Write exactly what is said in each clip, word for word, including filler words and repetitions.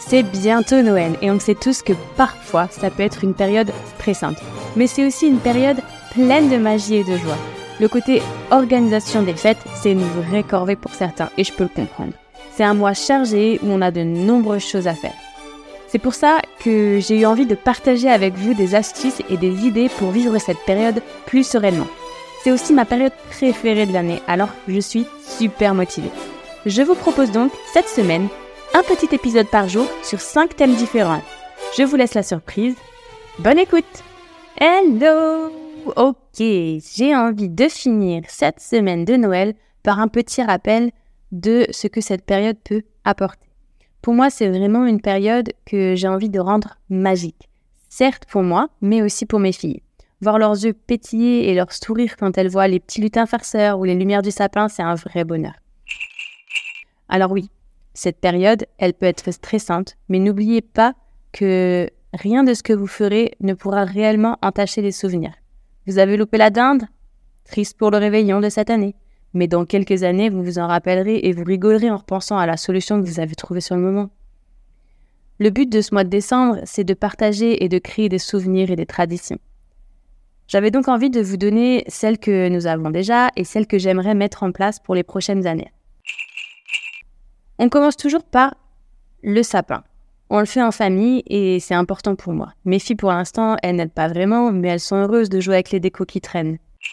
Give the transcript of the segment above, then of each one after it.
C'est bientôt Noël et on sait tous que parfois ça peut être une période stressante. Mais c'est aussi une période pleine de magie et de joie. Le côté organisation des fêtes, c'est une vraie corvée pour certains et je peux le comprendre. C'est un mois chargé où on a de nombreuses choses à faire. C'est pour ça que j'ai eu envie de partager avec vous des astuces et des idées pour vivre cette période plus sereinement. C'est aussi ma période préférée de l'année, alors je suis super motivée. Je vous propose donc cette semaine un petit épisode par jour sur cinq thèmes différents. Je vous laisse la surprise. Bonne écoute! Hello! Ok, j'ai envie de finir cette semaine de Noël par un petit rappel de ce que cette période peut apporter. Pour moi, c'est vraiment une période que j'ai envie de rendre magique. Certes pour moi, mais aussi pour mes filles. Voir leurs yeux pétiller et leur sourire quand elles voient les petits lutins farceurs ou les lumières du sapin, c'est un vrai bonheur. Alors oui, cette période, elle peut être stressante, mais n'oubliez pas que rien de ce que vous ferez ne pourra réellement entacher les souvenirs. Vous avez loupé la dinde? Triste pour le réveillon de cette année. Mais dans quelques années, vous vous en rappellerez et vous rigolerez en repensant à la solution que vous avez trouvée sur le moment. Le but de ce mois de décembre, c'est de partager et de créer des souvenirs et des traditions. J'avais donc envie de vous donner celles que nous avons déjà et celles que j'aimerais mettre en place pour les prochaines années. On commence toujours par le sapin. On le fait en famille et c'est important pour moi. Mes filles, pour l'instant, elles n'aident pas vraiment, mais elles sont heureuses de jouer avec les décos qui traînent.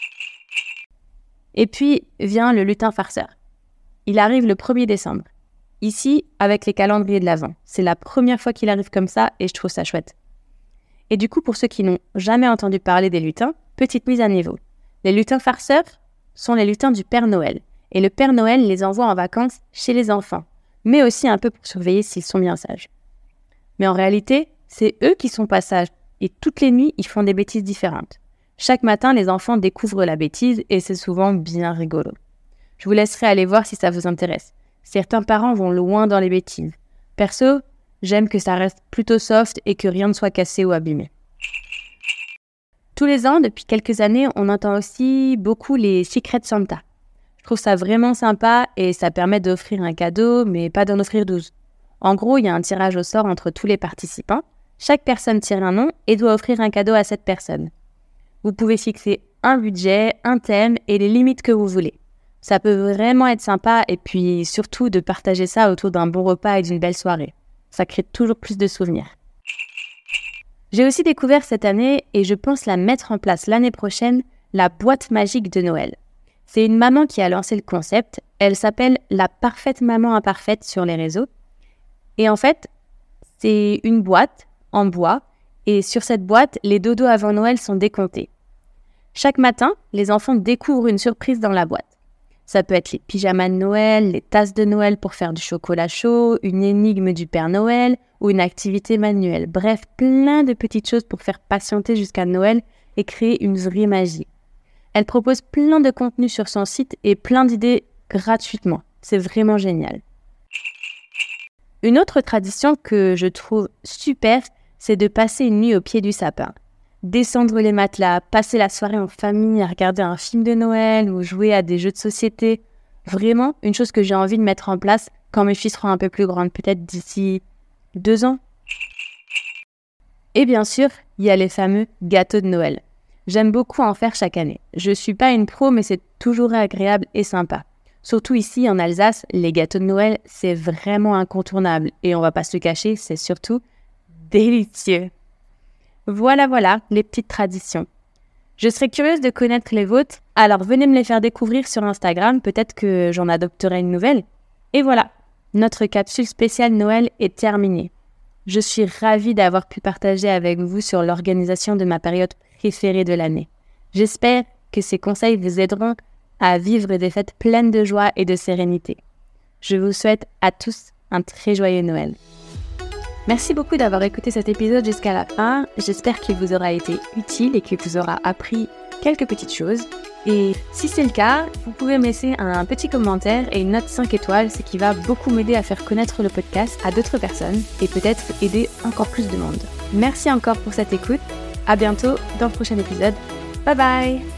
Et puis vient le lutin farceur. Il arrive le premier décembre. Ici, avec les calendriers de l'Avent. C'est la première fois qu'il arrive comme ça et je trouve ça chouette. Et du coup, pour ceux qui n'ont jamais entendu parler des lutins, petite mise à niveau. Les lutins farceurs sont les lutins du Père Noël. Et le Père Noël les envoie en vacances chez les enfants, mais aussi un peu pour surveiller s'ils sont bien sages. Mais en réalité, c'est eux qui sont pas sages, et toutes les nuits, ils font des bêtises différentes. Chaque matin, les enfants découvrent la bêtise, et c'est souvent bien rigolo. Je vous laisserai aller voir si ça vous intéresse. Certains parents vont loin dans les bêtises. Perso, j'aime que ça reste plutôt soft et que rien ne soit cassé ou abîmé. Tous les ans, depuis quelques années, on entend aussi beaucoup les Secret Santa. Je trouve ça vraiment sympa et ça permet d'offrir un cadeau, mais pas d'en offrir douze. En gros, il y a un tirage au sort entre tous les participants. Chaque personne tire un nom et doit offrir un cadeau à cette personne. Vous pouvez fixer un budget, un thème et les limites que vous voulez. Ça peut vraiment être sympa et puis surtout de partager ça autour d'un bon repas et d'une belle soirée. Ça crée toujours plus de souvenirs. J'ai aussi découvert cette année, et je pense la mettre en place l'année prochaine, la boîte magique de Noël. C'est une maman qui a lancé le concept. Elle s'appelle la parfaite maman imparfaite sur les réseaux. Et en fait, c'est une boîte en bois et sur cette boîte, les dodos avant Noël sont décomptés. Chaque matin, les enfants découvrent une surprise dans la boîte. Ça peut être les pyjamas de Noël, les tasses de Noël pour faire du chocolat chaud, une énigme du Père Noël ou une activité manuelle. Bref, plein de petites choses pour faire patienter jusqu'à Noël et créer une vraie magie. Elle propose plein de contenu sur son site et plein d'idées gratuitement. C'est vraiment génial. Une autre tradition que je trouve super, c'est de passer une nuit au pied du sapin. Descendre les matelas, passer la soirée en famille à regarder un film de Noël ou jouer à des jeux de société. Vraiment, une chose que j'ai envie de mettre en place quand mes filles seront un peu plus grandes, peut-être d'ici deux ans. Et bien sûr, il y a les fameux gâteaux de Noël. J'aime beaucoup en faire chaque année. Je suis pas une pro, mais c'est toujours agréable et sympa. Surtout ici, en Alsace, les gâteaux de Noël, c'est vraiment incontournable. Et on va pas se le cacher, c'est surtout délicieux. Voilà, voilà, les petites traditions. Je serais curieuse de connaître les vôtres, alors venez me les faire découvrir sur Instagram, peut-être que j'en adopterai une nouvelle. Et voilà, notre capsule spéciale Noël est terminée. Je suis ravie d'avoir pu partager avec vous sur l'organisation de ma période préférée de l'année. J'espère que ces conseils vous aideront à vivre des fêtes pleines de joie et de sérénité. Je vous souhaite à tous un très joyeux Noël. Merci beaucoup d'avoir écouté cet épisode jusqu'à la fin. J'espère qu'il vous aura été utile et qu'il vous aura appris quelques petites choses. Et si c'est le cas, vous pouvez me laisser un petit commentaire et une note cinq étoiles, ce qui va beaucoup m'aider à faire connaître le podcast à d'autres personnes et peut-être aider encore plus de monde. Merci encore pour cette écoute. À bientôt dans le prochain épisode. Bye bye!